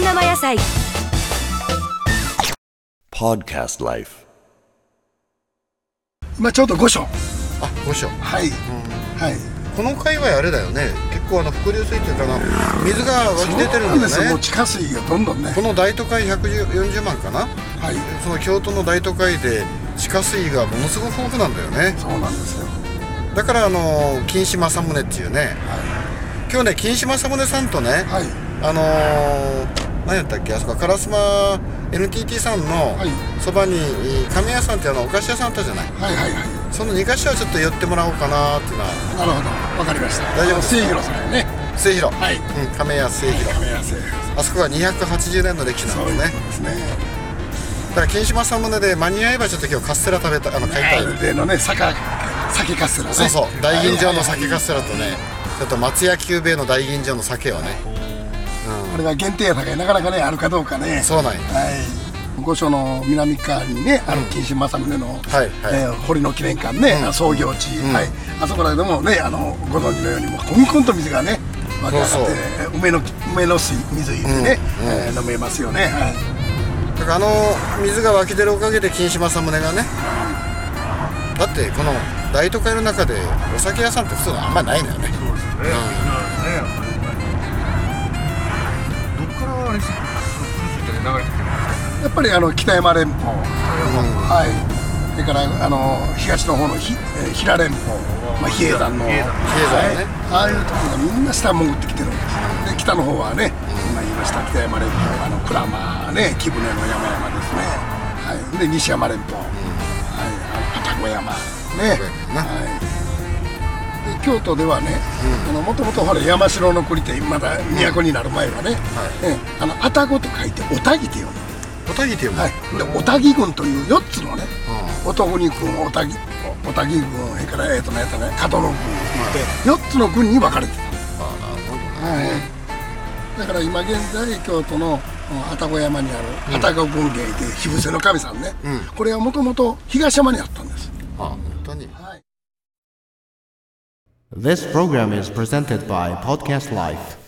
生野菜。 Podcast Life。 今ちょうど5章。 5章。 はい、はい。 この界隈あれだよね、結構伏流水っていうかな、水が湧き出てるんだよね。 もう地下水がどんどんね。 この大都会140万かな、はい、その京都の大都会で地下水がものすごく豊富なんだよね。 そうなんですよ。 だから金子正宗っていうね、はい、今日ね金子正宗さんとね、はい、何やったっけ、あそこ烏丸 NTT さんのそばに亀屋さんってお菓子屋さんあったじゃない。はいはいはい。その2か所はちょっと寄ってもらおうかなっていうのは。 なるほど、わかりました。 大丈夫ですか。 末広さんね。 末広、 はい、 亀屋末広、 亀屋末広、 あそこは280年の歴史なんですね。そうですね。だから金島さんので間に合えばちょっと今日カステラ食べた買いたい。 例のね酒カステラね。 そうそう、大吟醸の酒カステラとね、ちょっと松屋久兵衛の大吟醸の酒をね、 これが限定やからなかなかねあるかどうかね。 そうなんや。 はい。御所の南側にね、金子正宗の堀の記念館ね、創業地、はい、あそこらでもねご存知のようにもうコンコンと水がね湧き上がって梅の水入れてね飲めますよね。はい。 だから水が湧き出るおかげで金子正宗がね、だってこの大都会の中でお酒屋さんって普通のあんまりないのよね。そうですね。 どっからあれ流れてくるんですか。 やっぱり北山連峰、はい、それから東の方の平連峰、比叡山の、ああいうところがみんな下潜ってきてるんです。で北の方はね、今言いました北山連峰、鞍馬ね、貴船の山々ですね。はい。で西山連峰、はい、愛宕山ね。はい。で京都ではね、もともとほら山城の国ってまだ都になる前はね、愛宕と書いておたぎって読む。 おたぎっていうの、 はい、でおたぎ郡という4つのね、男国郡、おたぎ郡、それから何やったね、門野郡で4つの郡に分かれてた。はい。だから今現在京都の愛宕山にある愛宕権現で火伏せの神さんね、これはもともと東山にあったんです。 本当に。 This program is presented by Podcast Life.